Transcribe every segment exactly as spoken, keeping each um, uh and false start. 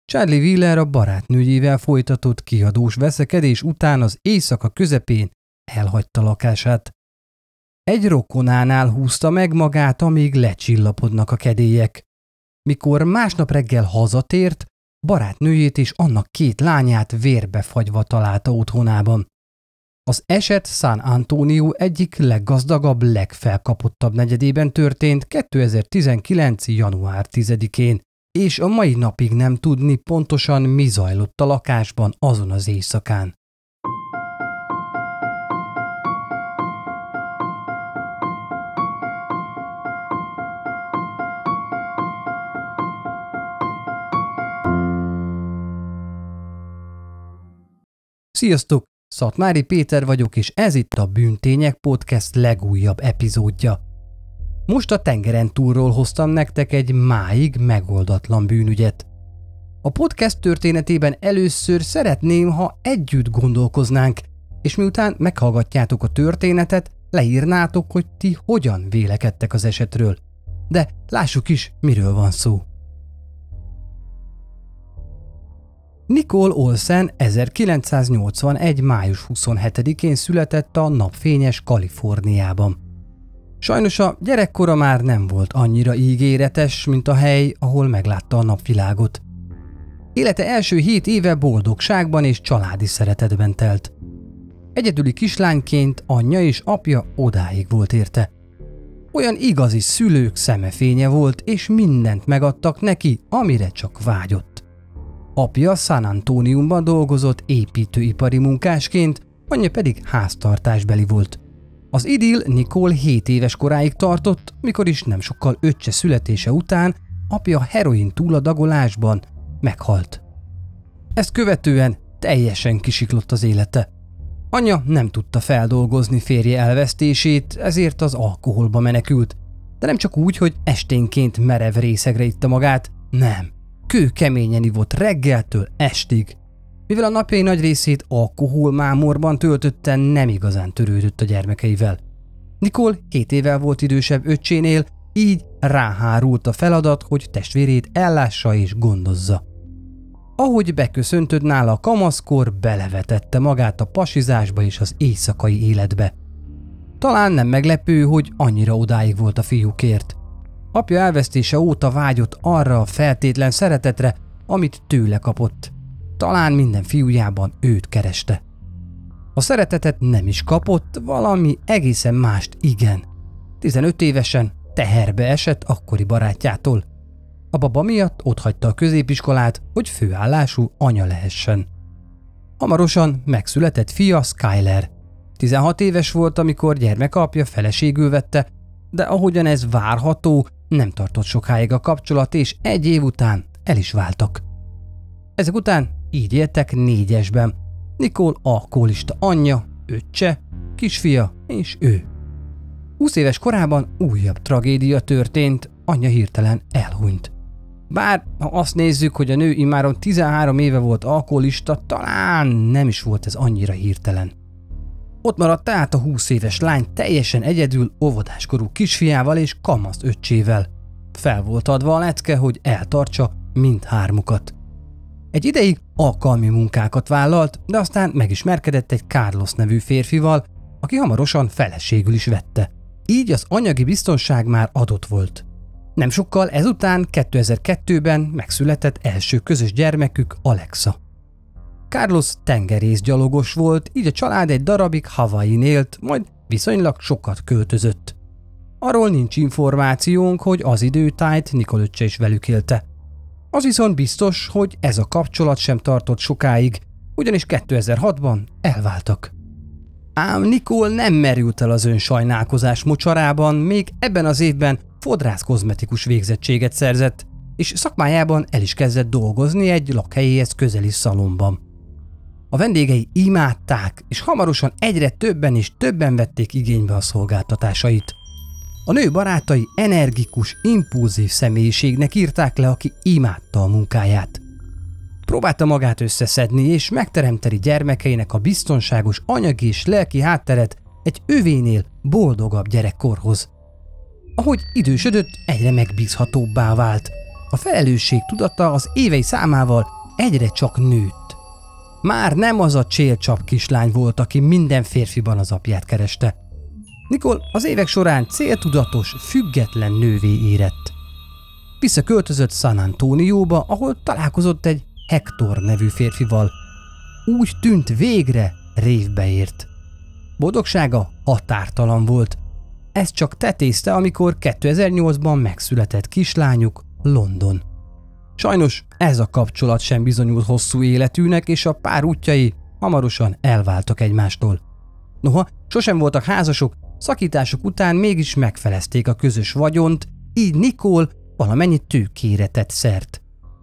Charlie Wheeler a barátnőjével folytatott kiadós veszekedés után az éjszaka közepén elhagyta lakását. Egy rokonánál húzta meg magát, amíg lecsillapodnak a kedélyek. Mikor másnap reggel hazatért, barátnőjét és annak két lányát vérbefagyva találta otthonában. Az eset San Antonio egyik leggazdagabb, legfelkapottabb negyedében történt kétezer-tizenkilenc. január tizedikén, és a mai napig nem tudni pontosan, mi zajlott a lakásban azon az éjszakán. Sziasztok! Szatmári Péter vagyok, és ez itt a Bűntények Podcast legújabb epizódja. Most a tengeren túlról hoztam nektek egy máig megoldatlan bűnügyet. A podcast történetében először szeretném, ha együtt gondolkoznánk, és miután meghallgatjátok a történetet, leírnátok, hogy ti hogyan vélekedtek az esetről. De lássuk is, miről van szó. Nicole Olsen ezerkilencszáznyolcvanegy. május huszonhetedikén született a napfényes Kaliforniában. Sajnos a gyerekkora már nem volt annyira ígéretes, mint a hely, ahol meglátta a napvilágot. Élete első hét éve boldogságban és családi szeretetben telt. Egyedüli kislányként anyja és apja odáig volt érte. Olyan igazi szülők szemefénye volt, és mindent megadtak neki, amire csak vágyott. Apja San Antoniumban dolgozott építőipari munkásként, anyja pedig háztartásbeli volt. Az idill Nicole hét éves koráig tartott, mikor is nem sokkal öccse születése után apja heroin túladagolásban meghalt. Ezt követően teljesen kisiklott az élete. Anyja nem tudta feldolgozni férje elvesztését, ezért az alkoholba menekült. De nem csak úgy, hogy esténként merev részegre itta magát, nem. Kőkeményen ivott reggeltől estig. Mivel a napjai nagy részét alkoholmámorban töltötte, nem igazán törődött a gyermekeivel. Nicole hét évvel volt idősebb öccsénél, így ráhárult a feladat, hogy testvérét ellássa és gondozza. Ahogy beköszöntött nála a kamaszkor, belevetette magát a pasizásba és az éjszakai életbe. Talán nem meglepő, hogy annyira odáig volt a fiúkért. Apja elvesztése óta vágyott arra a feltétlen szeretetre, amit tőle kapott. Talán minden fiújában őt kereste. A szeretetet nem is kapott, valami egészen mást igen. tizenöt évesen teherbe esett akkori barátjától. A baba miatt otthagyta a középiskolát, hogy főállású anya lehessen. Hamarosan megszületett fia Skyler. tizenhat éves volt, amikor gyermekapja feleségül vette, de ahogyan ez várható, nem tartott sokáig a kapcsolat, és egy év után el is váltak. Ezek után így éltek négyesben. Nicole alkoholista anyja, öccse, kisfia és ő. húsz éves korában újabb tragédia történt, anyja hirtelen elhunyt. Bár ha azt nézzük, hogy a nő immáron tizenhárom éve volt alkoholista, talán nem is volt ez annyira hirtelen. Ott maradt tehát a húsz éves lány teljesen egyedül óvodáskorú kisfiával és kamasz öccsével. Fel volt adva a lecke, hogy eltartsa mindhármukat. Egy ideig alkalmi munkákat vállalt, de aztán megismerkedett egy Carlos nevű férfival, aki hamarosan feleségül is vette. Így az anyagi biztonság már adott volt. Nem sokkal ezután kétezer-kettőben megszületett első közös gyermekük, Alexa. Carlos tengerészgyalogos volt, így a család egy darabig Hawaiin élt, majd viszonylag sokat költözött. Arról nincs információnk, hogy az időtájt Nicole öccse is velük élte. Az viszont biztos, hogy ez a kapcsolat sem tartott sokáig, ugyanis kétezer-hatban elváltak. Ám Nicole nem merült el az önsajnálkozás mocsarában, még ebben az évben fodrász kozmetikus végzettséget szerzett, és szakmájában el is kezdett dolgozni egy lakhelyéhez közeli szalonban. A vendégei imádták, és hamarosan egyre többen és többen vették igénybe a szolgáltatásait. A nő barátai energikus, impulzív személyiségnek írták le, aki imádta a munkáját. Próbálta magát összeszedni és megteremteni gyermekeinek a biztonságos anyagi és lelki hátteret egy övénél boldogabb gyerekkorhoz. Ahogy idősödött, egyre megbízhatóbbá vált. A felelősség tudata az évei számával egyre csak nőtt. Már nem az a csélcsap kislány volt, aki minden férfiban az apját kereste. Nicole az évek során céltudatos, független nővé érett. Visszaköltözött San Antonióba, ahol találkozott egy Hector nevű férfival. Úgy tűnt, végre révbe ért. Boldogsága határtalan volt. Ez csak tetézte, amikor kétezer-nyolcban megszületett kislányuk, London. Sajnos ez a kapcsolat sem bizonyult hosszú életűnek, és a pár útjai hamarosan elváltak egymástól. Noha sosem voltak házasok, szakítások után mégis megfelezték a közös vagyont, így Nicole valamennyi tőkére tett szert.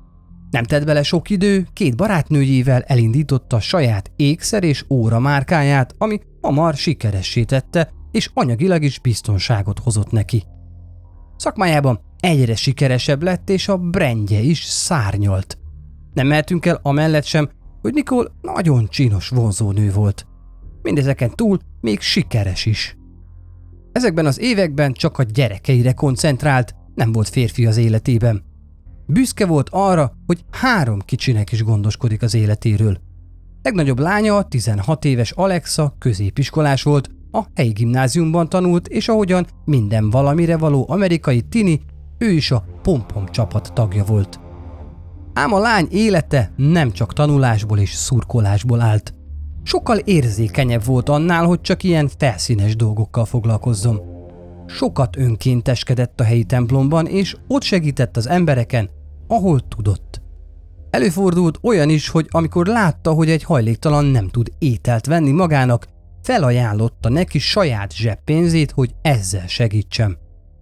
Nem tett bele sok idő, két barátnőjével elindította saját ékszer és óra márkáját, ami hamar sikeressé tette, és anyagilag is biztonságot hozott neki. Szakmájában egyre sikeresebb lett, és a brandje is szárnyalt. Nem mehetünk el amellett sem, hogy Nicole nagyon csinos vonzónő volt. Mindezeken túl még sikeres is. Ezekben az években csak a gyerekeire koncentrált, nem volt férfi az életében. Büszke volt arra, hogy három kicsinek is gondoskodik az életéről. Legnagyobb lánya, tizenhat éves Alexa középiskolás volt, a helyi gimnáziumban tanult, és ahogyan minden valamire való amerikai tini, ő is a pom-pom csapat tagja volt. Ám a lány élete nem csak tanulásból és szurkolásból állt. Sokkal érzékenyebb volt annál, hogy csak ilyen felszínes dolgokkal foglalkozzon. Sokat önkénteskedett a helyi templomban, és ott segített az embereken, ahol tudott. Előfordult olyan is, hogy amikor látta, hogy egy hajléktalan nem tud ételt venni magának, felajánlotta neki saját zseppénzét, hogy ezzel segítsen.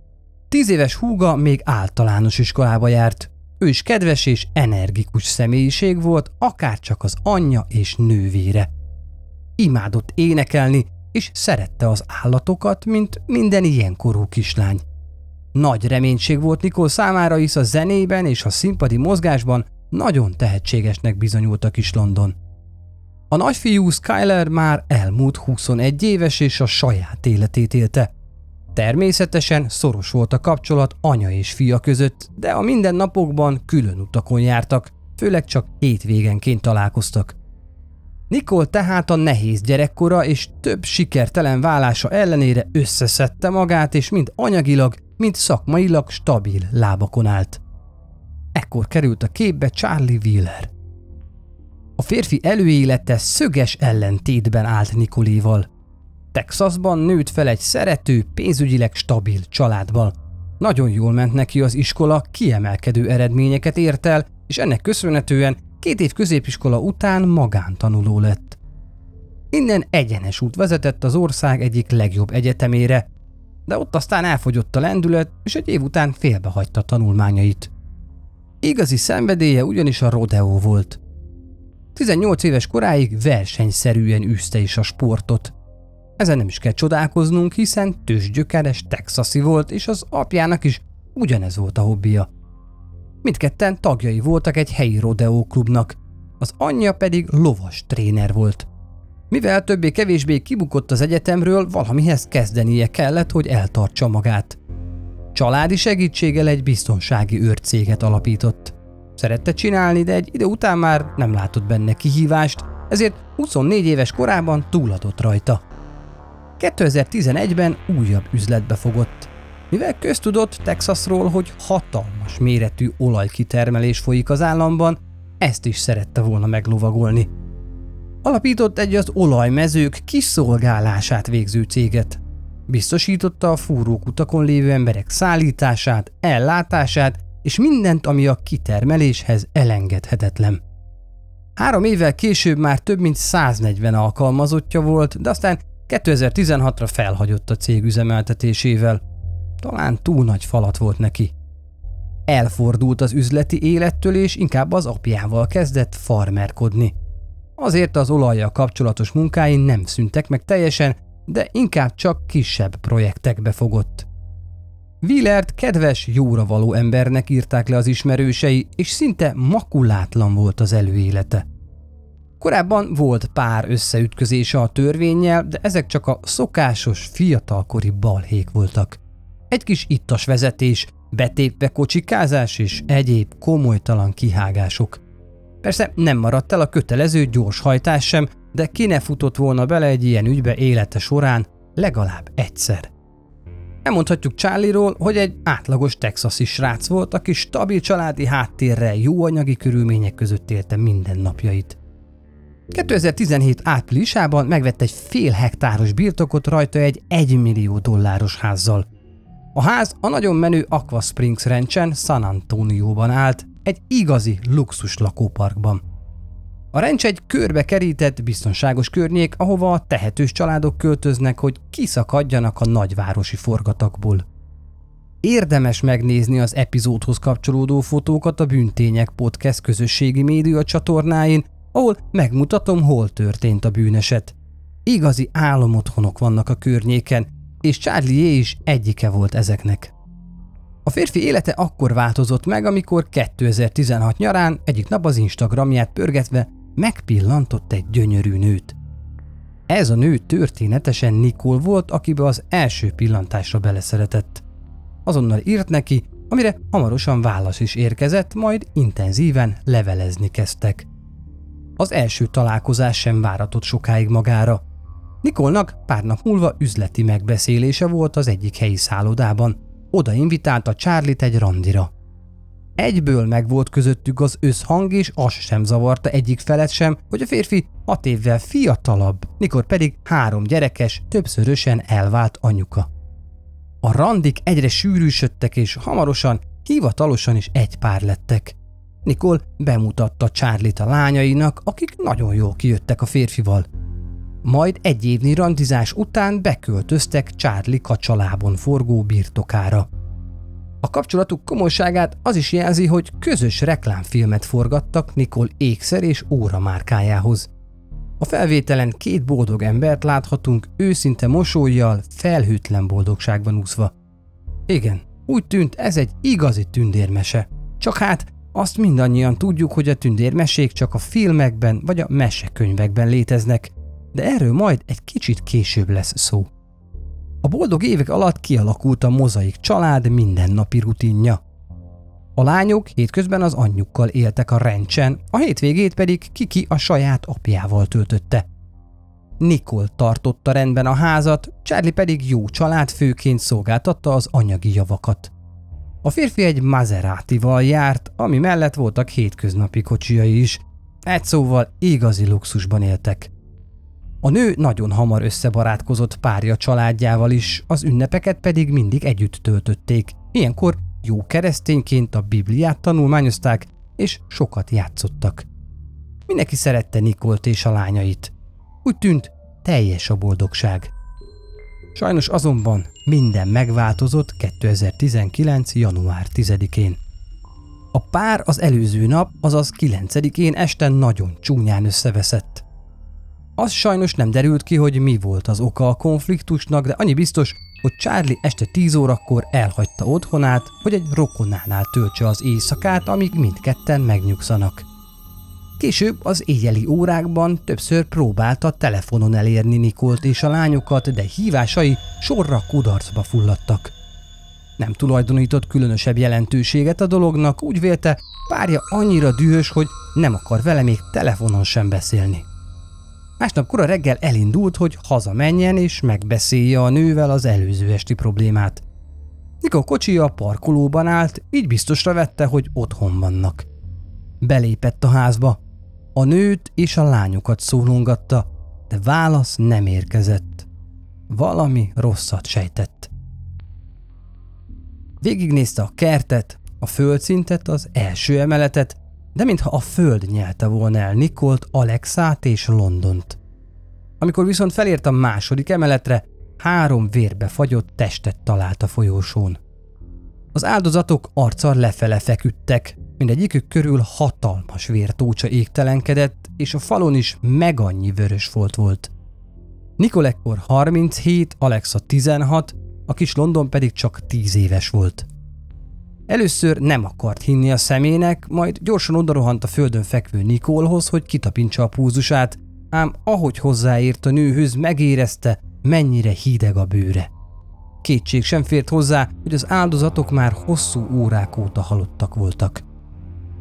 Tíz éves húga még általános iskolába járt. Ő is kedves és energikus személyiség volt, akárcsak az anyja és nővére. Imádott énekelni, és szerette az állatokat, mint minden ilyenkorú kislány. Nagy reménység volt Nicole számára, hisz a zenében és a színpadi mozgásban nagyon tehetségesnek bizonyult a kis London. A nagyfiú Skyler már elmúlt huszonegy éves, és a saját életét élte. Természetesen szoros volt a kapcsolat anya és fia között, de a mindennapokban külön utakon jártak, főleg csak hétvégenként találkoztak. Nicole tehát a nehéz gyerekkora és több sikertelen válása ellenére összeszedte magát, és mind anyagilag, mind szakmailag stabil lábakon állt. Ekkor került a képbe Charlie Wheeler. A férfi előélete szöges ellentétben állt Nicoléval. Texasban nőtt fel egy szerető, pénzügyileg stabil családban. Nagyon jól ment neki az iskola, kiemelkedő eredményeket ért el, és ennek köszönhetően két év középiskola után magántanuló lett. Innen egyenes út vezetett az ország egyik legjobb egyetemére, de ott aztán elfogyott a lendület, és egy év után félbehagyta tanulmányait. Igazi szenvedélye ugyanis a rodeo volt. tizennyolc éves koráig versenyszerűen űzte is a sportot. Ezen nem is kell csodálkoznunk, hiszen tőzsgyökeres texasi volt, és az apjának is ugyanez volt a hobbija. Mindketten tagjai voltak egy helyi rodeo klubnak, az anyja pedig lovas tréner volt. Mivel többé-kevésbé kibukott az egyetemről, valamihez kezdenie kellett, hogy eltartsa magát. Családi segítséggel egy biztonsági őrcéget alapított. Szerette csinálni, de egy idő után már nem látott benne kihívást, ezért huszonnégy éves korában túladott rajta. kétezer-tizenegyben újabb üzletbe fogott. Mivel köztudott Texasról, hogy hatalmas méretű olajkitermelés folyik az államban, ezt is szerette volna meglovagolni. Alapított egy az olajmezők kiszolgálását végző céget. Biztosította a fúrókutakon lévő emberek szállítását, ellátását és mindent, ami a kitermeléshez elengedhetetlen. Három évvel később már több mint száznegyven alkalmazottja volt, de aztán kétezer-tizenhatra felhagyott a cég üzemeltetésével. Talán túl nagy falat volt neki. Elfordult az üzleti élettől, és inkább az apjával kezdett farmerkodni. Azért az olajjal kapcsolatos munkái nem szűntek meg teljesen, de inkább csak kisebb projektekbe fogott. Wheelert kedves, jóravaló embernek írták le az ismerősei, és szinte makulátlan volt az előélete. Korábban volt pár összeütközése a törvénnyel, de ezek csak a szokásos, fiatalkori balhék voltak. Egy kis ittas vezetés, betépve kocsikázás és egyéb komolytalan kihágások. Persze nem maradt el a kötelező gyors hajtás sem, de ki ne futott volna bele egy ilyen ügybe élete során legalább egyszer. Elmondhatjuk Charlie-ról, hogy egy átlagos texasi srác volt, aki stabil családi háttérrel, jó anyagi körülmények között élte mindennapjait. kétezer-tizenhét áprilisában megvett egy fél hektáros birtokot rajta egy egymillió dolláros házzal. A ház a nagyon menő Aqua Springs Ranchen San Antonióban állt, egy igazi luxus lakóparkban. A ranch egy körbe kerített, biztonságos környék, ahova a tehetős családok költöznek, hogy kiszakadjanak a nagyvárosi forgatagból. Érdemes megnézni az epizódhoz kapcsolódó fotókat a Bűntények Podcast közösségi média csatornáin, ahol megmutatom, hol történt a bűneset. Igazi álomotthonok vannak a környéken, és Charlie is egyike volt ezeknek. A férfi élete akkor változott meg, amikor kétezer-tizenhat nyarán egyik nap az Instagramját pörgetve megpillantott egy gyönyörű nőt. Ez a nő történetesen Nicole volt, akibe az első pillantásra beleszeretett. Azonnal írt neki, amire hamarosan válasz is érkezett, majd intenzíven levelezni kezdtek. Az első találkozás sem váratott sokáig magára. Nicole-nak pár nap múlva üzleti megbeszélése volt az egyik helyi szállodában. Oda invitálta Charlie-t egy randira. Egyből megvolt közöttük az összhang, és az sem zavarta egyik felet sem, hogy a férfi hat évvel fiatalabb, Nicole pedig három gyerekes, többszörösen elvált anyuka. A randik egyre sűrűsödtek, és hamarosan, hivatalosan is egy pár lettek. Nicole bemutatta Charlie-t a lányainak, akik nagyon jól kijöttek a férfival. Majd egy évnyi randizás után beköltöztek Charlie kacsalábon forgó birtokára. A kapcsolatuk komolyságát az is jelzi, hogy közös reklámfilmet forgattak Nicole ékszer és óra márkájához. A felvételen két boldog embert láthatunk őszinte mosollyal, felhőtlen boldogságban úszva. Igen, úgy tűnt, ez egy igazi tündérmese. Csak hát azt mindannyian tudjuk, hogy a tündérmesék csak a filmekben vagy a mesekönyvekben léteznek, de erről majd egy kicsit később lesz szó. A boldog évek alatt kialakult a mozaik család mindennapi rutinja. A lányok hétközben az anyjukkal éltek a ranchen, a hétvégét pedig Kiki a saját apjával töltötte. Nicole tartotta rendben a házat, Charlie pedig jó családfőként szolgáltatta az anyagi javakat. A férfi egy Maseratival járt, ami mellett voltak hétköznapi kocsijai is. Egy szóval igazi luxusban éltek. A nő nagyon hamar összebarátkozott párja családjával is, az ünnepeket pedig mindig együtt töltötték. Ilyenkor jó keresztényként a Bibliát tanulmányozták, és sokat játszottak. Mindenki szerette Nicolt és a lányait. Úgy tűnt, teljes a boldogság. Sajnos azonban minden megváltozott kétezer-tizenkilenc. január tizedikén. A pár az előző nap, azaz kilencedikén este nagyon csúnyán összeveszett. Az sajnos nem derült ki, hogy mi volt az oka a konfliktusnak, de annyi biztos, hogy Charlie este tíz órakor elhagyta otthonát, hogy egy rokonánál töltse az éjszakát, amíg mindketten megnyugszanak. Később az éjjeli órákban többször próbálta telefonon elérni Nicolt és a lányokat, de hívásai sorra kudarcba fulladtak. Nem tulajdonított különösebb jelentőséget a dolognak, úgy vélte, párja annyira dühös, hogy nem akar vele még telefonon sem beszélni. Másnap kora reggel elindult, hogy hazamenjen és megbeszélje a nővel az előző esti problémát. Nicole kocsija a parkolóban állt, így biztosra vette, hogy otthon vannak. Belépett a házba. A nőt és a lányokat szólongatta, de válasz nem érkezett. Valami rosszat sejtett. Végignézte a kertet, a földszintet, az első emeletet, de mintha a föld nyelte volna el Nicolt, Alexát és Londont. Amikor viszont felért a második emeletre, három vérbe fagyott testet talált a folyósón. Az áldozatok arccal lefele feküdtek, mindegyikük körül hatalmas vértócsa égtelenkedett, és a falon is meg annyi vörös folt volt. Nicole ekkor harminchét, Alexa tizenhat, a kis London pedig csak tíz éves volt. Először nem akart hinni a szemének, majd gyorsan odarohant a földön fekvő Nicolehoz, hogy kitapintsa a pulzusát, ám ahogy hozzáért a nőhöz, megérezte, mennyire hideg a bőre. Kétség sem fért hozzá, hogy az áldozatok már hosszú órák óta halottak voltak.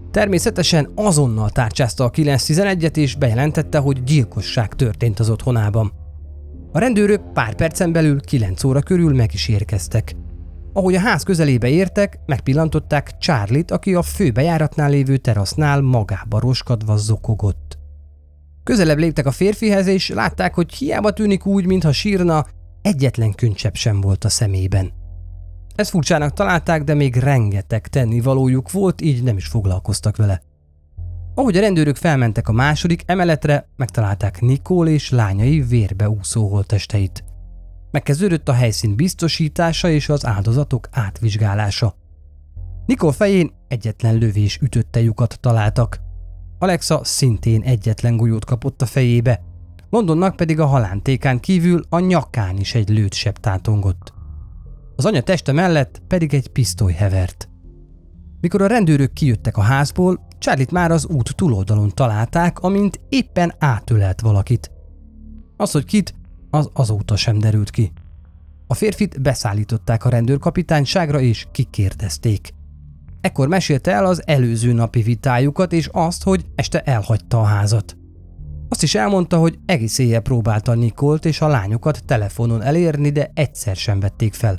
Természetesen azonnal tárcsázta a kilenc tizenegyet és bejelentette, hogy gyilkosság történt az otthonában. A rendőrök pár percen belül kilenc óra körül meg is érkeztek. Ahogy a ház közelébe értek, megpillantották Charlie-t, aki a főbejáratnál lévő terasznál magába roskadva zokogott. Közelebb léptek a férfihez, és látták, hogy hiába tűnik úgy, mintha sírna, egyetlen könycsepp sem volt a szemében. Ezt furcsának találták, de még rengeteg tennivalójuk volt, így nem is foglalkoztak vele. Ahogy a rendőrök felmentek a második emeletre, megtalálták Nicole és lányai vérbe úszó holttesteit. Megkezdődött a helyszín biztosítása és az áldozatok átvizsgálása. Nicole fején egyetlen lövés ütötte lyukat találtak. Alexa szintén egyetlen golyót kapott a fejébe, Londonnak pedig a halántékán kívül a nyakán is egy lőtsebb tátongott. Az anya teste mellett pedig egy pisztoly hevert. Mikor a rendőrök kijöttek a házból, Charlie-t már az út túloldalon találták, amint éppen átölelt valakit. Az, hogy kit, az azóta sem derült ki. A férfit beszállították a rendőrkapitányságra és kikérdezték. Ekkor mesélte el az előző napi vitájukat és azt, hogy este elhagyta a házat. Azt is elmondta, hogy egész éjjel próbálta Nicolt és a lányokat telefonon elérni, de egyszer sem vették fel.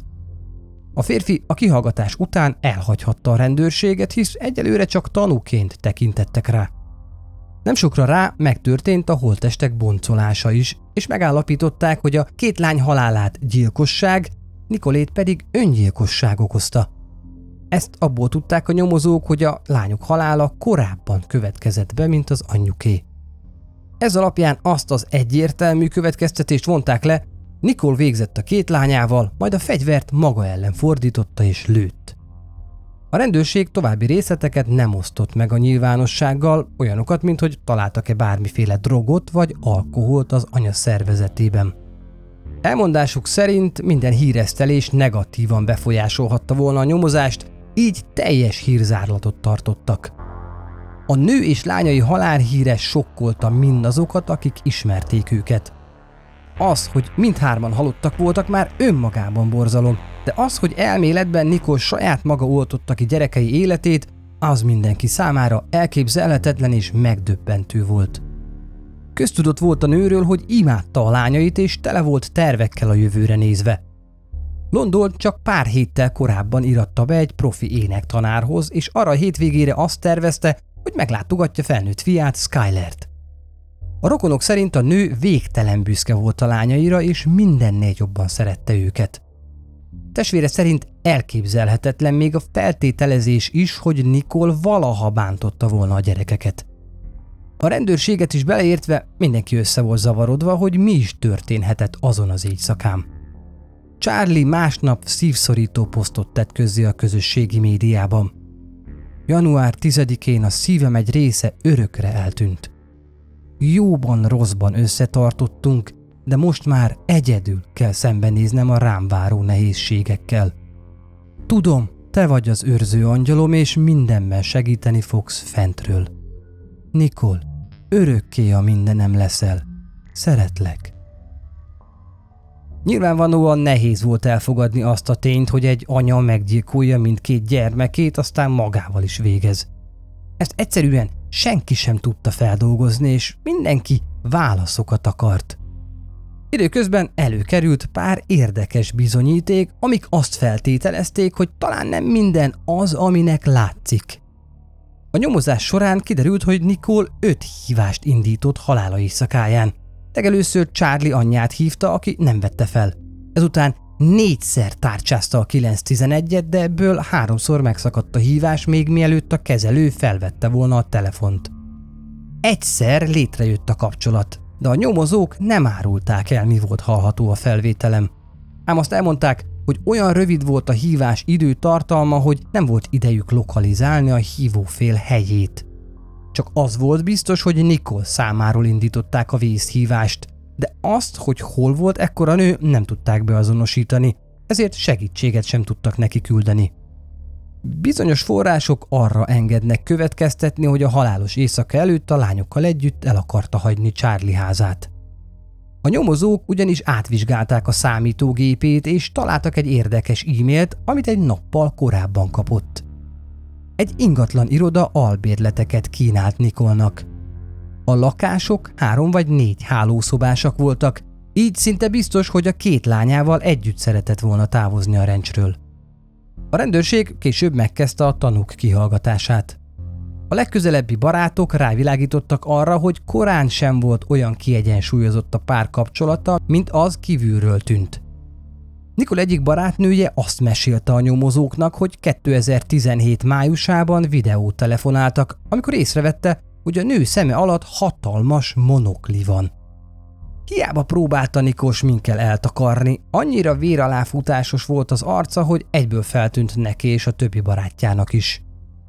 A férfi a kihallgatás után elhagyhatta a rendőrséget, hisz egyelőre csak tanúként tekintettek rá. Nem sokra rá megtörtént a holttestek boncolása is, és megállapították, hogy a két lány halálát gyilkosság, Nicolét pedig öngyilkosság okozta. Ezt abból tudták a nyomozók, hogy a lányok halála korábban következett be, mint az anyjuké. Ez alapján azt az egyértelmű következtetést vonták le, Nicole végzett a két lányával, majd a fegyvert maga ellen fordította és lőtt. A rendőrség további részleteket nem osztott meg a nyilvánossággal, olyanokat, mint hogy találtak-e bármiféle drogot vagy alkoholt az anya szervezetében. Elmondásuk szerint minden híresztelés negatívan befolyásolhatta volna a nyomozást, így teljes hírzárlatot tartottak. A nő és lányai halálhíre sokkolta mindazokat, akik ismerték őket. Az, hogy mindhárman halottak voltak, már önmagában borzalom, de az, hogy elméletben Nicole saját maga oltotta ki gyerekei életét, az mindenki számára elképzelhetetlen és megdöbbentő volt. Köztudott volt a nőről, hogy imádta a lányait és tele volt tervekkel a jövőre nézve. London csak pár héttel korábban íratta be egy profi énektanárhoz, és arra a hétvégére azt tervezte, hogy meglátogatja felnőtt fiát, Skylert. A rokonok szerint a nő végtelen büszke volt a lányaira, és mindennél jobban szerette őket. Testvére szerint elképzelhetetlen még a feltételezés is, hogy Nicole valaha bántotta volna a gyerekeket. A rendőrséget is beleértve mindenki össze volt zavarodva, hogy mi is történhetett azon az éjszakán. Charlie másnap szívszorító posztot tett közzé a közösségi médiában. január tizedikén a szívem egy része örökre eltűnt. Jóban, rosszban összetartottunk, de most már egyedül kell szembenéznem a rám váró nehézségekkel. Tudom, te vagy az őrző angyalom, és mindenben segíteni fogsz fentről. Nicole, örökké a mindenem leszel. Szeretlek. Nyilvánvalóan nehéz volt elfogadni azt a tényt, hogy egy anya meggyilkolja mindkét gyermekét, aztán magával is végez. Ezt egyszerűen senki sem tudta feldolgozni, és mindenki válaszokat akart. Időközben előkerült pár érdekes bizonyíték, amik azt feltételezték, hogy talán nem minden az, aminek látszik. A nyomozás során kiderült, hogy Nicole öt hívást indított halála éjszakáján. Legelőször Charlie anyját hívta, aki nem vette fel. Ezután négyszer tárcsázta a kilenc tizenegyet, de ebből háromszor megszakadt a hívás, még mielőtt a kezelő felvette volna a telefont. Egyszer létrejött a kapcsolat, de a nyomozók nem árulták el, mi volt hallható a felvételem. Ám azt elmondták, hogy olyan rövid volt a hívás időtartalma, hogy nem volt idejük lokalizálni a hívófél helyét. Csak az volt biztos, hogy Nicole számáról indították a vészhívást, de azt, hogy hol volt ekkora nő, nem tudták beazonosítani, ezért segítséget sem tudtak neki küldeni. Bizonyos források arra engednek következtetni, hogy a halálos éjszaka előtt a lányokkal együtt el akarta hagyni Charlie házát. A nyomozók ugyanis átvizsgálták a számítógépét, és találtak egy érdekes e-mailt, amit egy nappal korábban kapott. egy ingatlan iroda albérleteket kínált Nicolenak. A lakások három vagy négy hálószobásak voltak, így szinte biztos, hogy a két lányával együtt szeretett volna távozni a ranchről. A rendőrség később megkezdte a tanúk kihallgatását. A legközelebbi barátok rávilágítottak arra, hogy korán sem volt olyan kiegyensúlyozott a pár kapcsolata, mint az kívülről tűnt. Nicole egyik barátnője azt mesélte a nyomozóknak, hogy kétezer-tizenhét májusában videót telefonáltak, amikor észrevette, hogy a nő szeme alatt hatalmas monokli van. Hiába próbálta Nicole sminkkel eltakarni, annyira véraláfutásos volt az arca, hogy egyből feltűnt neki és a többi barátjának is.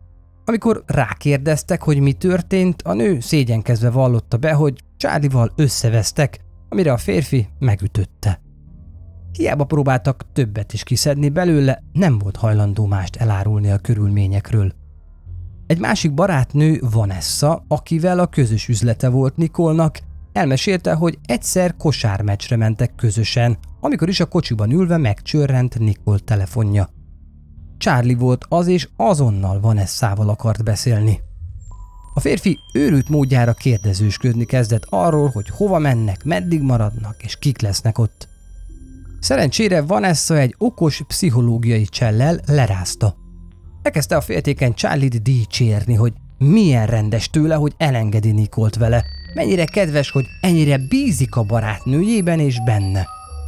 Amikor rákérdeztek, hogy mi történt, a nő szégyenkezve vallotta be, hogy Charlie-val összevesztek, amire a férfi megütötte. Hiába próbáltak többet is kiszedni belőle, nem volt hajlandó mást elárulni a körülményekről. Egy másik barátnő, Vanessa, akivel a közös üzlete volt Nicole-nak, elmesélte, hogy egyszer kosármeccsre mentek közösen, amikor is a kocsiban ülve megcsörrent Nicole telefonja. Charlie volt az, és azonnal Vanessával akart beszélni. A férfi őrült módjára kérdezősködni kezdett arról, hogy hova mennek, meddig maradnak és kik lesznek ott. Szerencsére Vanessa egy okos pszichológiai csellel lerázta. Elkezdte a féltékeny Charlie-t dicsérni, hogy milyen rendes tőle, hogy elengedi Nicole-t vele, mennyire kedves, hogy ennyire bízik a barátnőjében és benne.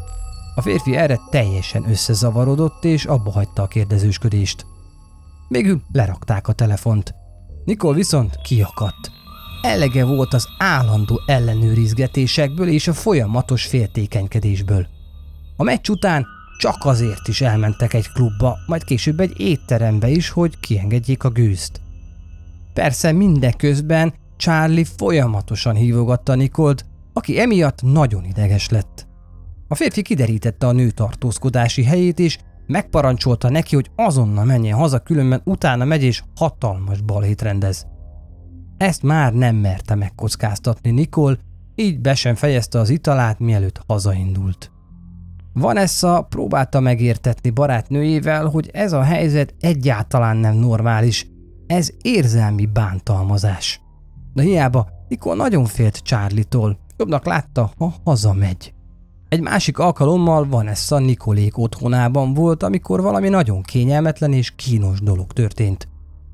A férfi erre teljesen összezavarodott, és abba hagyta a kérdezősködést. Végül lerakták a telefont. Nicole viszont kiakadt. Elege volt az állandó ellenőrizgetésekből és a folyamatos féltékenykedésből. A meccs után csak azért is elmentek egy klubba, majd később egy étterembe is, hogy kiengedjék a gőzt. Persze mindeközben Charlie folyamatosan hívogatta Nicole-t, aki emiatt nagyon ideges lett. A férfi kiderítette a nő tartózkodási helyét, és megparancsolta neki, hogy azonnal menjen haza, különben utána megy és hatalmas balhét rendez. Ezt már nem merte megkockáztatni Nicole, így be sem fejezte az italát, mielőtt hazaindult. Vanessa próbálta megértetni barátnőjével, hogy ez a helyzet egyáltalán nem normális, ez érzelmi bántalmazás. De hiába, Nicole nagyon félt Charlie-tól, jobbnak látta, ha hazamegy. Egy másik alkalommal Vanessa Nicolék otthonában volt, amikor valami nagyon kényelmetlen és kínos dolog történt.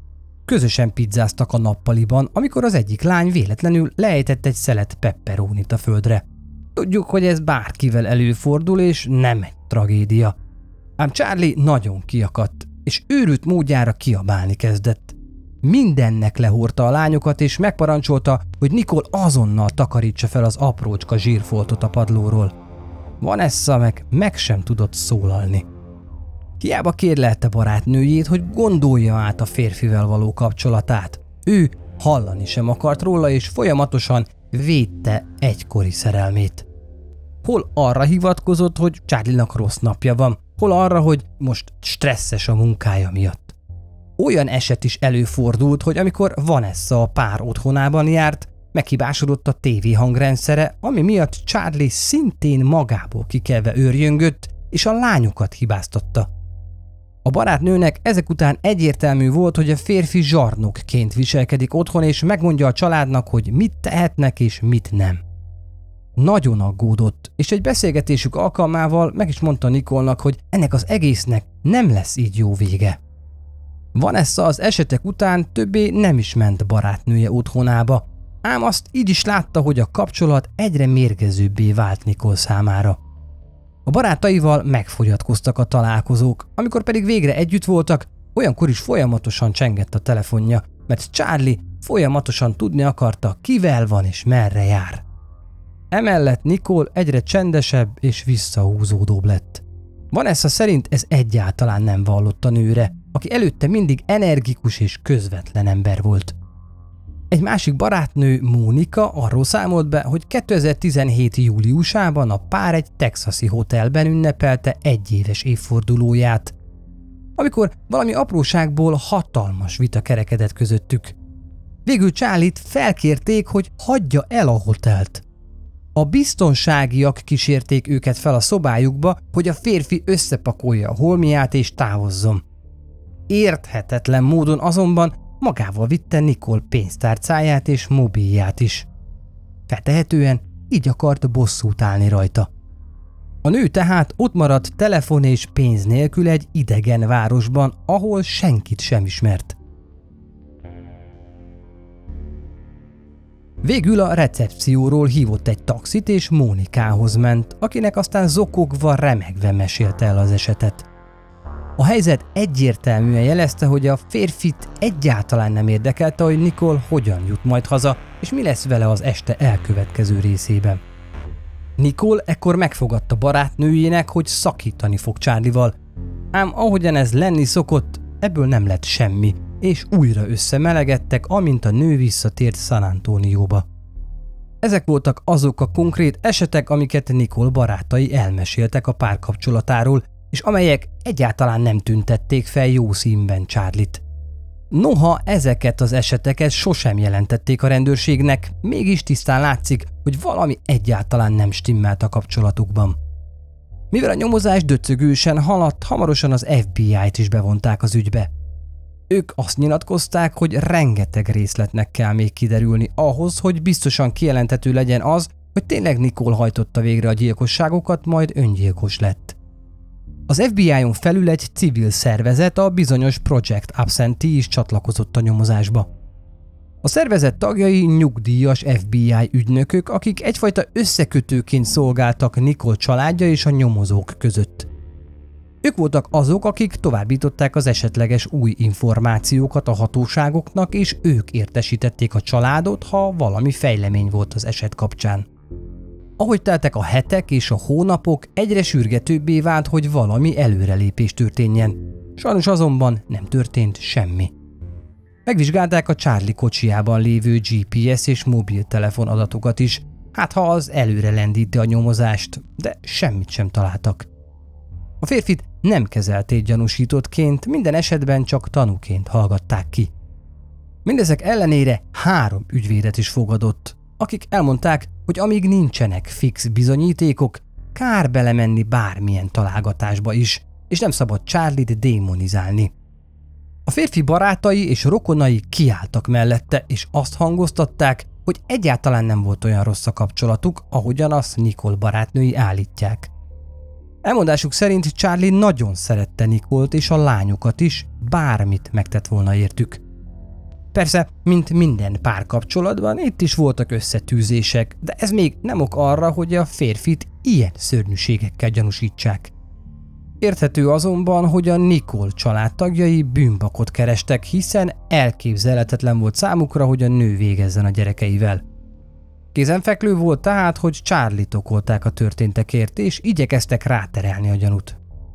Közösen pizzáztak a nappaliban, amikor az egyik lány véletlenül leejtett egy szelet pepperónit a földre. Tudjuk, hogy ez bárkivel előfordul, és nem egy tragédia. Ám Charlie nagyon kiakadt, és őrült módjára kiabálni kezdett. Mindennek lehúrta a lányokat, és megparancsolta, hogy Nicole azonnal takarítsa fel az aprócska zsírfoltot a padlóról. Vanessa meg meg sem tudott szólalni. Hiába kérlelte barátnőjét, hogy gondolja át a férfivel való kapcsolatát. Ő hallani sem akart róla, és folyamatosan védte egykori szerelmét. Hol arra hivatkozott, hogy Charlie-nak rossz napja van, hol arra, hogy most stresszes a munkája miatt. Olyan eset is előfordult, hogy amikor Vanessa a pár otthonában járt, meghibásodott a tévé hangrendszere, ami miatt Charlie szintén magából kikelve őrjöngött, és a lányokat hibáztatta. A barátnőnek ezek után egyértelmű volt, hogy a férfi zsarnokként viselkedik otthon, és megmondja a családnak, hogy mit tehetnek és mit nem. Nagyon aggódott, és egy beszélgetésük alkalmával meg is mondta Nicole-nak, hogy ennek az egésznek nem lesz így jó vége. Vanessa az esetek után többé nem is ment barátnője otthonába, ám azt így is látta, hogy a kapcsolat egyre mérgezőbbé vált Nicole számára. A barátaival megfogyatkoztak a találkozók, amikor pedig végre együtt voltak, olyankor is folyamatosan csengett a telefonja, mert Charlie folyamatosan tudni akarta, kivel van és merre jár. Emellett Nicole egyre csendesebb és visszahúzódóbb lett. Vanessa szerint ez egyáltalán nem vallott a nőre, aki előtte mindig energikus és közvetlen ember volt. Egy másik barátnő, Mónika arról számolt be, hogy kétezer-tizenhét júliusában a pár egy texasi hotelben ünnepelte egyéves évfordulóját, amikor valami apróságból hatalmas vita kerekedett közöttük. Végül Charlie-t felkérték, hogy hagyja el a hotelt. A biztonságiak kísérték őket fel a szobájukba, hogy a férfi összepakolja a holmiát és távozzon. érthetetlen módon azonban magával vitte Nicole pénztárcáját és mobilját is. Feltehetően így akart bosszút állni rajta. A nő tehát ott maradt telefon és pénz nélkül egy idegen városban, ahol senkit sem ismert. Végül a recepcióról hívott egy taxit és Mónikához ment, akinek aztán zokogva, remegve mesélte el az esetet. A helyzet egyértelműen jelezte, hogy a férfit egyáltalán nem érdekelte, hogy Nicole hogyan jut majd haza, és mi lesz vele az este elkövetkező részében. Nicole ekkor megfogadta barátnőjének, hogy szakítani fog Charlie-val, ám ahogyan ez lenni szokott, ebből nem lett semmi, és újra összemelegedtek, amint a nő visszatért San Antonióba. Ezek voltak azok a konkrét esetek, amiket Nicole barátai elmeséltek a párkapcsolatáról, és amelyek egyáltalán nem tüntették fel jó színben Charlie-t. Noha ezeket az eseteket sosem jelentették a rendőrségnek, mégis tisztán látszik, hogy valami egyáltalán nem stimmelt a kapcsolatukban. Mivel a nyomozás döcögősen haladt, hamarosan az ef bé í-t is bevonták az ügybe. Ők azt nyilatkozták, hogy rengeteg részletnek kell még kiderülni ahhoz, hogy biztosan kijelenthető legyen az, hogy tényleg Nicole hajtotta végre a gyilkosságokat, majd öngyilkos lett. Az ef bé í-on felül egy civil szervezet, a bizonyos Project Absentee is csatlakozott a nyomozásba. A szervezet tagjai nyugdíjas ef bé í ügynökök, akik egyfajta összekötőként szolgáltak Nicole családja és a nyomozók között. Ők voltak azok, akik továbbították az esetleges új információkat a hatóságoknak, és ők értesítették a családot, ha valami fejlemény volt az eset kapcsán. Ahogy teltek a hetek és a hónapok, egyre sürgetőbbé vált, hogy valami előrelépés történjen. Sajnos azonban nem történt semmi. Megvizsgálták a Charlie kocsijában lévő gé pé es és mobiltelefon adatokat is, hát ha az előre lendíti a nyomozást, de semmit sem találtak. A férfit nem kezelték gyanúsítottként, minden esetben csak tanúként hallgatták ki. Mindezek ellenére három ügyvédet is fogadott, akik elmondták, hogy amíg nincsenek fix bizonyítékok, kár belemenni bármilyen találgatásba is, és nem szabad Charlie-t démonizálni. A férfi barátai és rokonai kiálltak mellette, és azt hangoztatták, hogy egyáltalán nem volt olyan rossz a kapcsolatuk, ahogyan azt Nicole barátnői állítják. Elmondásuk szerint Charlie nagyon szerette Nicole-t és a lányokat is, bármit megtett volna értük. Persze, mint minden párkapcsolatban, itt is voltak összetűzések, de ez még nem ok arra, hogy a férfit ilyen szörnyűségekkel gyanúsítsák. Érthető azonban, hogy a Nicole családtagjai bűnbakot kerestek, hiszen elképzelhetetlen volt számukra, hogy a nő végezzen a gyerekeivel. Kézenfekvő volt tehát, hogy Charlie-t okolták a történtekért, és igyekeztek ráterelni a gyanút.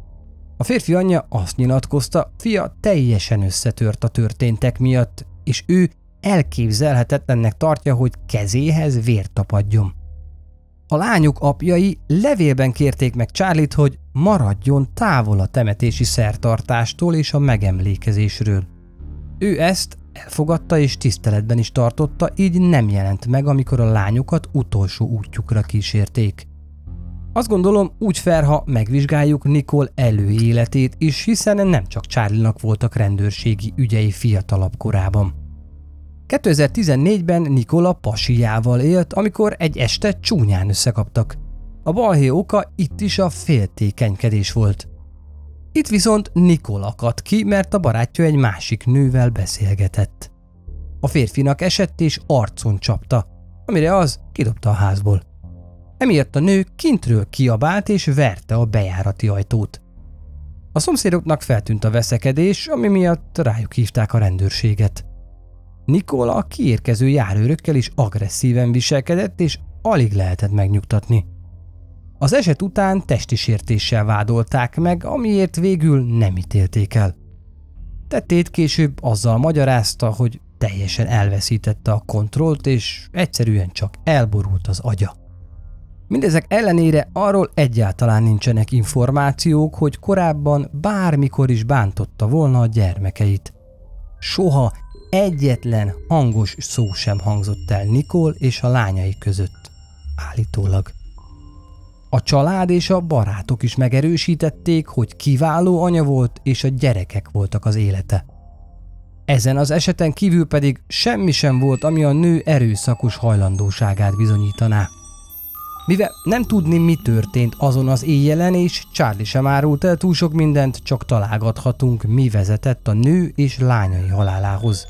A férfi anyja azt nyilatkozta, fia teljesen összetört a történtek miatt, és ő elképzelhetetlennek tartja, hogy kezéhez vért tapadjon. A lányok apjai levélben kérték meg Charlie-t, hogy maradjon távol a temetési szertartástól és a megemlékezésről. Ő ezt elfogadta és tiszteletben is tartotta, így nem jelent meg, amikor a lányokat utolsó útjukra kísérték. Azt gondolom, úgy fair, ha megvizsgáljuk Nicole előéletét is, hiszen nem csak Charlie-nak voltak rendőrségi ügyei fiatalabb korában. kétezer-tizennégyben Nicole a pasiával élt, amikor egy este csúnyán összekaptak. A balhé oka itt is a féltékenykedés volt. Itt viszont Nicole akadt ki, mert a barátja egy másik nővel beszélgetett. A férfinak esett és arcon csapta, amire az kidobta a házból. Emiatt a nő kintről kiabált és verte a bejárati ajtót. A szomszédoknak feltűnt a veszekedés, ami miatt rájuk hívták a rendőrséget. Nicole a kiérkező járőrökkel is agresszíven viselkedett, és alig lehetett megnyugtatni. Az eset után testi sértéssel vádolták meg, amiért végül nem ítélték el. Tettét később azzal magyarázta, hogy teljesen elveszítette a kontrollt, és egyszerűen csak elborult az agya. Mindezek ellenére arról egyáltalán nincsenek információk, hogy korábban bármikor is bántotta volna a gyermekeit. Soha egyetlen hangos szó sem hangzott el Nicole és a lányai között, állítólag. A család és a barátok is megerősítették, hogy kiváló anya volt, és a gyerekek voltak az élete. Ezen az eseten kívül pedig semmi sem volt, ami a nő erőszakos hajlandóságát bizonyítaná. Mivel nem tudni, mi történt azon az éjjelen, és Charlie sem árult el túl sok mindent, csak találgathatunk, mi vezetett a nő és lányai halálához.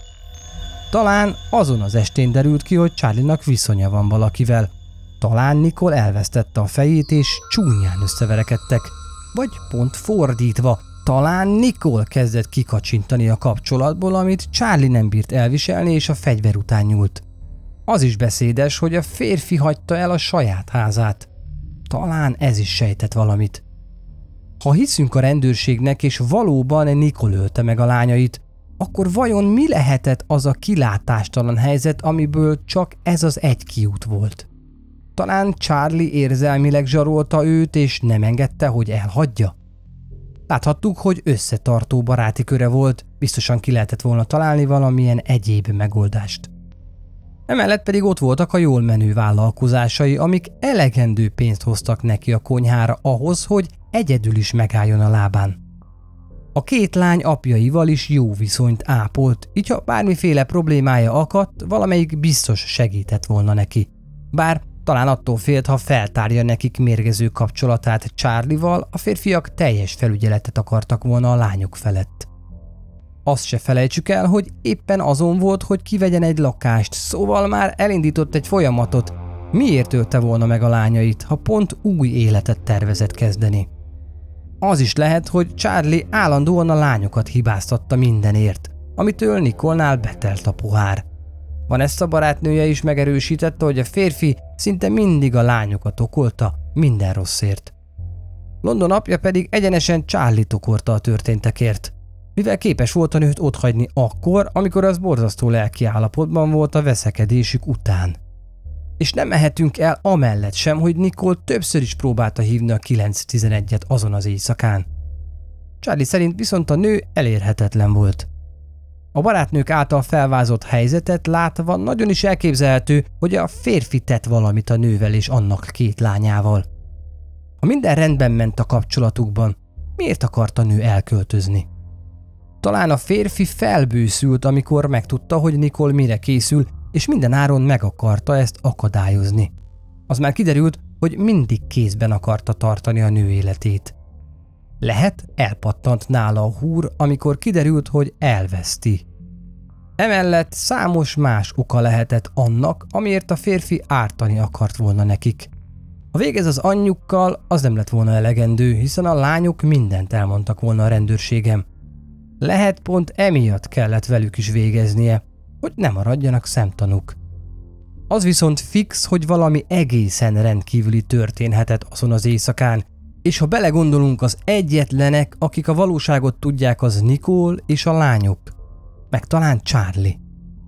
Talán azon az estén derült ki, hogy Charlie-nak viszonya van valakivel. Talán Nicole elvesztette a fejét, és csúnyán összeverekedtek. Vagy pont fordítva, talán Nicole kezdett kikacsintani a kapcsolatból, amit Charlie nem bírt elviselni, és a fegyver után nyúlt. Az is beszédes, hogy a férfi hagyta el a saját házát. Talán ez is sejtett valamit. Ha hiszünk a rendőrségnek, és valóban Nicole ölte meg a lányait, akkor vajon mi lehetett az a kilátástalan helyzet, amiből csak ez az egy kiút volt? Talán Charlie érzelmileg zsarolta őt, és nem engedte, hogy elhagyja? Láthattuk, hogy összetartó baráti köre volt, biztosan ki lehetett volna találni valamilyen egyéb megoldást. Emellett pedig ott voltak a jól menő vállalkozásai, amik elegendő pénzt hoztak neki a konyhára ahhoz, hogy egyedül is megálljon a lábán. A két lány apjaival is jó viszonyt ápolt, így ha bármiféle problémája akadt, valamelyik biztos segített volna neki. Bár talán attól félt, ha feltárja nekik mérgező kapcsolatát Charlie-val, a férfiak teljes felügyeletet akartak volna a lányok felett. Azt se felejtsük el, hogy éppen azon volt, hogy kivegyen egy lakást, szóval már elindított egy folyamatot. Miért ölte volna meg a lányait, ha pont új életet tervezett kezdeni? Az is lehet, hogy Charlie állandóan a lányokat hibáztatta mindenért, amitől Nicole-nál betelt a pohár. Vanessa barátnője is megerősítette, hogy a férfi szinte mindig a lányokat okolta minden rosszért. London apja pedig egyenesen Charlie-t okolta a történtekért, mivel képes volt a nőt otthagyni akkor, amikor az borzasztó lelki állapotban volt a veszekedésük után. És nem mehetünk el amellett sem, hogy Nicole többször is próbálta hívni a kilenc tizenegyet azon az éjszakán. Charlie szerint viszont a nő elérhetetlen volt. A barátnők által felvázolt helyzetet látva nagyon is elképzelhető, hogy a férfi tett valamit a nővel és annak két lányával. Ha minden rendben ment a kapcsolatukban, miért akart a nő elköltözni? Talán a férfi felbőszült, amikor megtudta, hogy Nicole mire készül, és minden áron meg akarta ezt akadályozni. Az már kiderült, hogy mindig kézben akarta tartani a nő életét. Lehet, elpattant nála a húr, amikor kiderült, hogy elveszti. Emellett számos más oka lehetett annak, amiért a férfi ártani akart volna nekik. Ha végez az anyjukkal, az nem lett volna elegendő, hiszen a lányok mindent elmondtak volna a rendőrségem. Lehet pont emiatt kellett velük is végeznie, hogy ne maradjanak szemtanúk. Az viszont fix, hogy valami egészen rendkívüli történhetett azon az éjszakán, és ha belegondolunk, az egyetlenek, akik a valóságot tudják, az Nicole és a lányok, meg talán Charlie.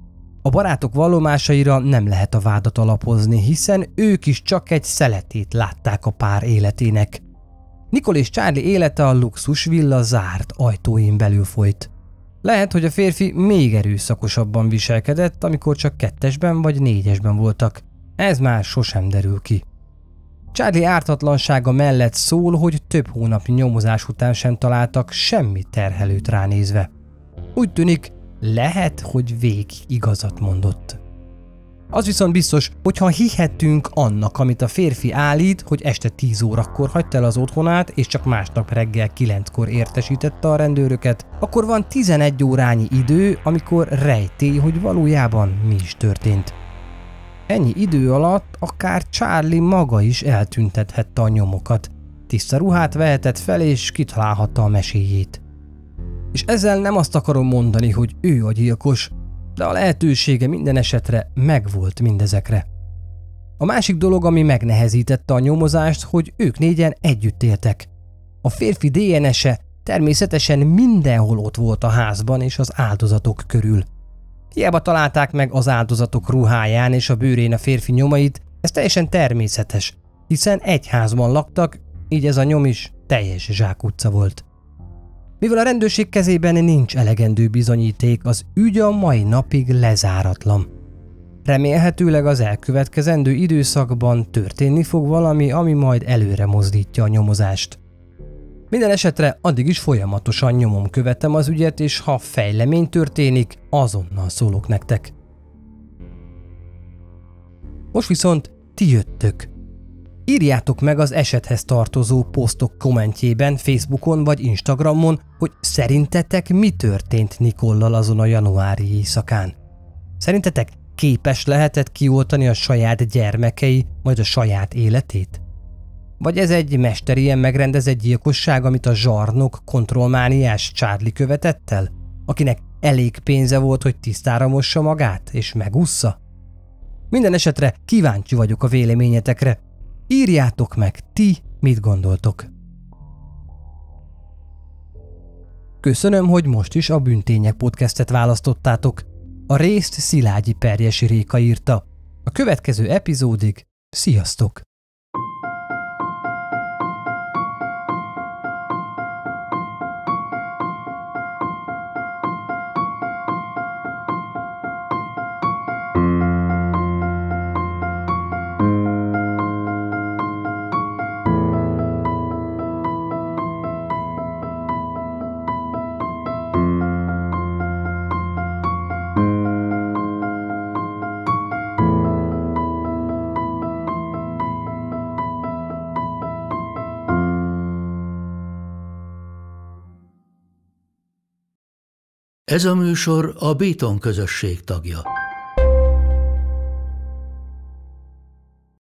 A barátok vallomásaira nem lehet a vádat alapozni, hiszen ők is csak egy szeletét látták a pár életének. Nicole és Charlie élete a luxusvilla zárt ajtóin belül folyt. Lehet, hogy a férfi még erőszakosabban viselkedett, amikor csak kettesben vagy négyesben voltak. Ez már sosem derül ki. Charlie ártatlansága mellett szól, hogy több hónapnyi nyomozás után sem találtak semmi terhelőt ránézve. Úgy tűnik, lehet, hogy végig igazat mondott. Az viszont biztos, hogy ha hihetünk annak, amit a férfi állít, hogy este tíz órakor hagyta el az otthonát, és csak másnap reggel kilenckor értesítette a rendőröket, akkor van tizenegy órányi idő, amikor rejtély, hogy valójában mi is történt. Ennyi idő alatt akár Charlie maga is eltüntethette a nyomokat, tiszta ruhát vehetett fel és kitalálhatta a meséjét. És ezzel nem azt akarom mondani, hogy ő a gyilkos, de a lehetősége minden esetre megvolt mindezekre. A másik dolog, ami megnehezítette a nyomozást, hogy ők négyen együtt éltek. A férfi dé en es-e természetesen mindenhol ott volt a házban és az áldozatok körül. Hiába találták meg az áldozatok ruháján és a bőrén a férfi nyomait, ez teljesen természetes, hiszen egy házban laktak, így ez a nyom is teljes zsákutca volt. Mivel a rendőrség kezében nincs elegendő bizonyíték, az ügy a mai napig lezáratlan. Remélhetőleg az elkövetkezendő időszakban történni fog valami, ami majd előre mozdítja a nyomozást. Minden esetre addig is folyamatosan nyomom követem az ügyet, és ha fejlemény történik, azonnal szólok nektek. Most viszont ti jöttök. Írjátok meg az esethez tartozó posztok kommentjében, Facebookon vagy Instagramon, hogy szerintetek mi történt Nicole-lal azon a januári éjszakán. Szerintetek képes lehetett kioltani a saját gyermekei, majd a saját életét? Vagy ez egy mesterien megrendezett gyilkosság, amit a zsarnok, kontrollmániás Charlie követett el, akinek elég pénze volt, hogy tisztára mossa magát és megússza? Minden esetre kíváncsi vagyok a véleményetekre. Írjátok meg, ti mit gondoltok. Köszönöm, hogy most is a Bűntények podcastet választottátok. A részt Szilágyi Perjesi Réka írta. A következő epizódig sziasztok! Ez a műsor a Béton közösség tagja.